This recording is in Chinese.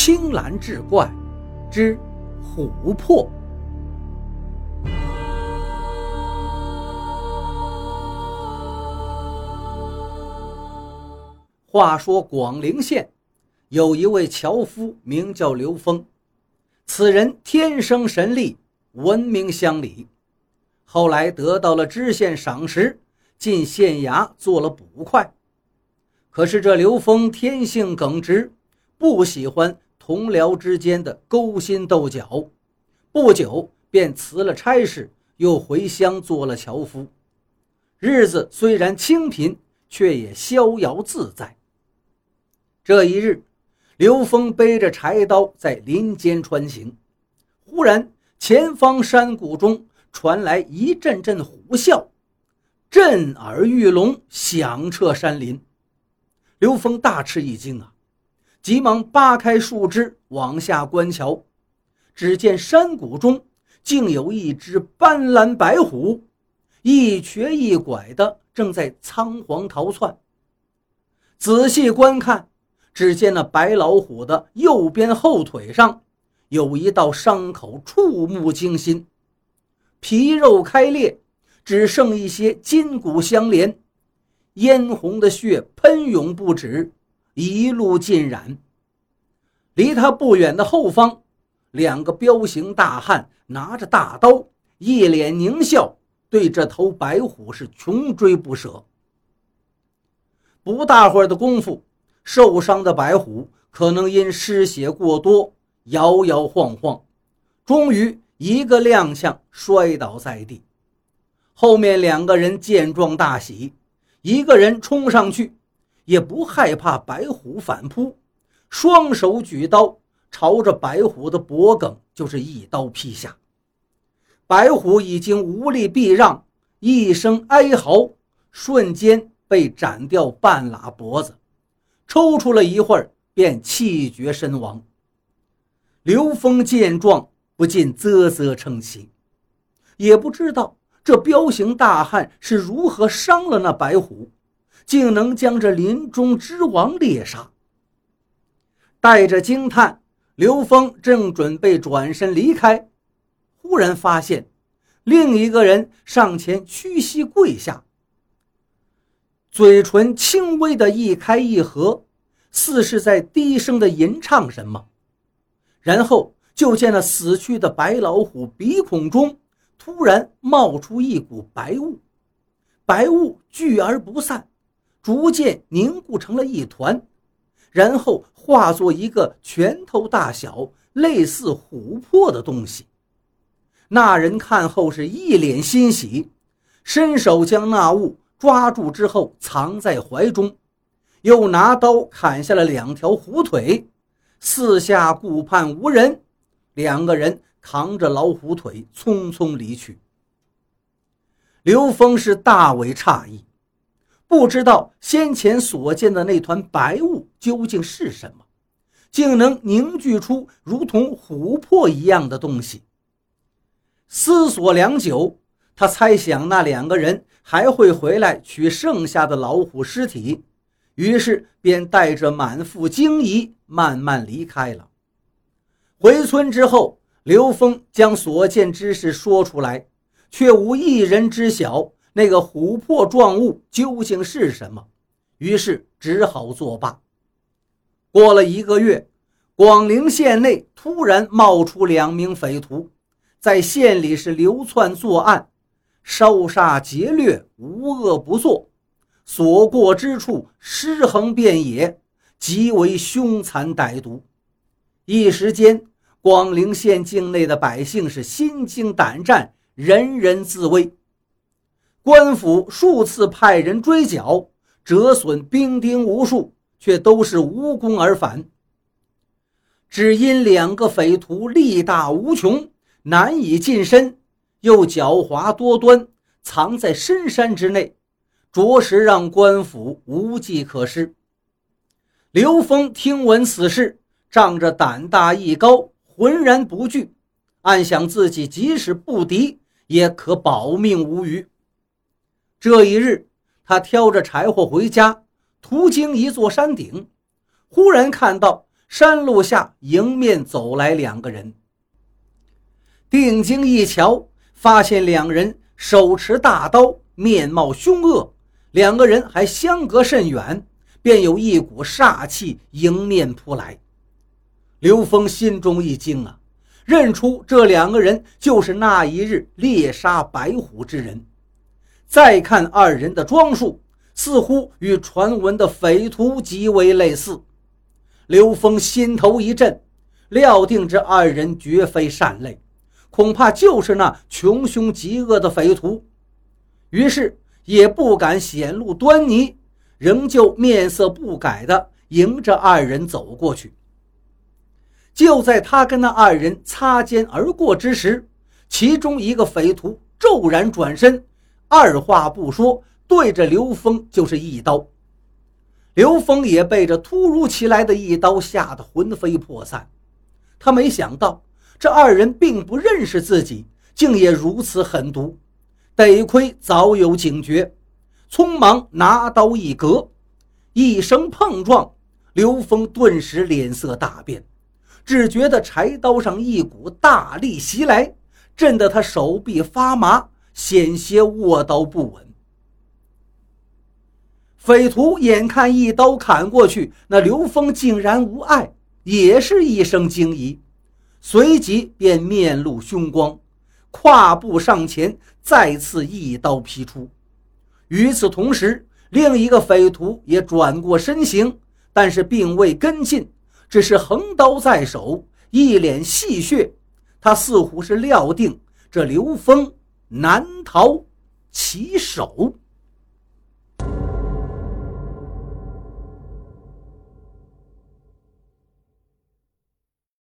青蓝志怪之琥珀。话说广陵县有一位樵夫，名叫刘峰。此人天生神力，闻名乡里。后来得到了知县赏识，进县衙做了捕快。可是这刘峰天性耿直，不喜欢同僚之间的勾心斗角，不久便辞了差事，又回乡做了樵夫。日子虽然清贫，却也逍遥自在。这一日，刘峰背着柴刀在林间穿行，忽然前方山谷中传来一阵阵虎啸，震耳欲聋，响彻山林。刘峰大吃一惊啊，急忙扒开树枝往下观瞧，只见山谷中竟有一只斑斓白虎，一瘸一拐的正在仓皇逃窜。仔细观看，只见那白老虎的右边后腿上有一道伤口，触目惊心，皮肉开裂，只剩一些筋骨相连，嫣红的血喷涌不止，一路浸染。离他不远的后方，两个彪形大汉拿着大刀，一脸狞笑，对这头白虎是穷追不舍。不大会儿的功夫，受伤的白虎可能因失血过多，摇摇晃晃，终于一个踉跄摔倒在地。后面两个人见状大喜，一个人冲上去，也不害怕白虎反扑，双手举刀朝着白虎的脖颈就是一刀劈下。白虎已经无力避让，一声哀嚎，瞬间被斩掉半拉脖子，抽搐了一会儿便气绝身亡。刘峰见状不禁啧啧称奇，也不知道这彪形大汉是如何伤了那白虎，竟能将这林中之王猎杀。带着惊叹，刘峰正准备转身离开，忽然发现另一个人上前屈膝跪下，嘴唇轻微的一开一合，似是在低声的吟唱什么。然后就见那死去的白老虎鼻孔中突然冒出一股白雾，白雾聚而不散，逐渐凝固成了一团，然后化作一个拳头大小类似琥珀的东西。那人看后是一脸欣喜，伸手将那物抓住之后藏在怀中，又拿刀砍下了两条虎腿，四下顾盼无人，两个人扛着老虎腿匆匆离去。刘峰是大为诧异，不知道先前所见的那团白雾究竟是什么，竟能凝聚出如同琥珀一样的东西。思索良久，他猜想那两个人还会回来取剩下的老虎尸体，于是便带着满腹惊疑慢慢离开了。回村之后，刘峰将所见之事说出来，却无一人知晓那个琥珀状物究竟是什么，于是只好作罢。过了1个月，广陵县内突然冒出2名匪徒，在县里是流窜作案，烧杀劫掠，无恶不作，所过之处尸横遍野，极为凶残歹毒。一时间，广陵县境内的百姓是心惊胆战，人人自危。官府数次派人追剿，折损兵丁无数，却都是无功而返。只因2个匪徒力大无穷，难以近身，又狡猾多端，藏在深山之内，着实让官府无计可施。刘峰听闻此事，仗着胆大艺高，浑然不惧，暗想自己即使不敌，也可保命无虞。这一日，他挑着柴火回家，途经一座山顶，忽然看到山路下迎面走来2个人。定睛一瞧，发现2人手持大刀，面貌凶恶，2个人还相隔甚远，便有一股煞气迎面扑来。刘峰心中一惊啊，认出这2个人就是那一日猎杀白虎之人。再看2人的装束，似乎与传闻的匪徒极为类似。刘峰心头一震，料定这2人绝非善类，恐怕就是那穷凶极恶的匪徒。于是也不敢显露端倪，仍旧面色不改地迎着2人走过去。就在他跟那2人擦肩而过之时，其中一个匪徒骤然转身，二话不说，对着刘峰就是一刀。刘峰也被这突如其来的一刀吓得魂飞魄散。他没想到这2人并不认识自己，竟也如此狠毒，得亏早有警觉，匆忙拿刀一格，一声碰撞，刘峰顿时脸色大变，只觉得柴刀上一股大力袭来，震得他手臂发麻，险些握刀不稳。匪徒眼看一刀砍过去，那刘峰竟然无碍，也是一声惊疑，随即便面露凶光，跨步上前，再次一刀劈出。与此同时，另一个匪徒也转过身形，但是并未跟进，只是横刀在手，一脸戏谑，他似乎是料定这刘峰难逃其手。